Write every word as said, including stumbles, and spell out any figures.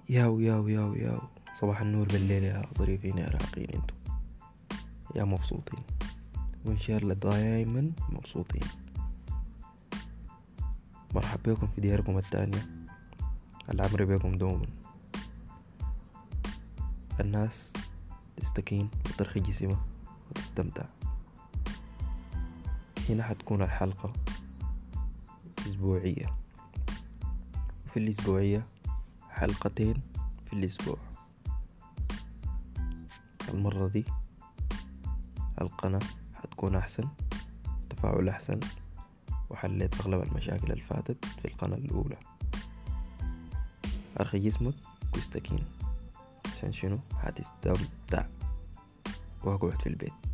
ياو ياو ياو ياو، صباح النور بالليل يا ظريفين يا راقين انتو، يا مبسوطين، وان شاء الله دايما مبسوطين. مرحب بكم في دياركم التانية، العمر بكم دوما. الناس تستكين وترخي جسمها وتستمتع. هنا حتكون الحلقة أسبوعية، في الأسبوعية حلقتين في الأسبوع. المرة دي القناة حتكون أحسن، تفاعل أحسن، وحليت أغلب المشاكل اللي فاتت في القناة الأولى. أرخي جسمك واستكين، عشان شنو؟ حتستمتع واقعد في البيت.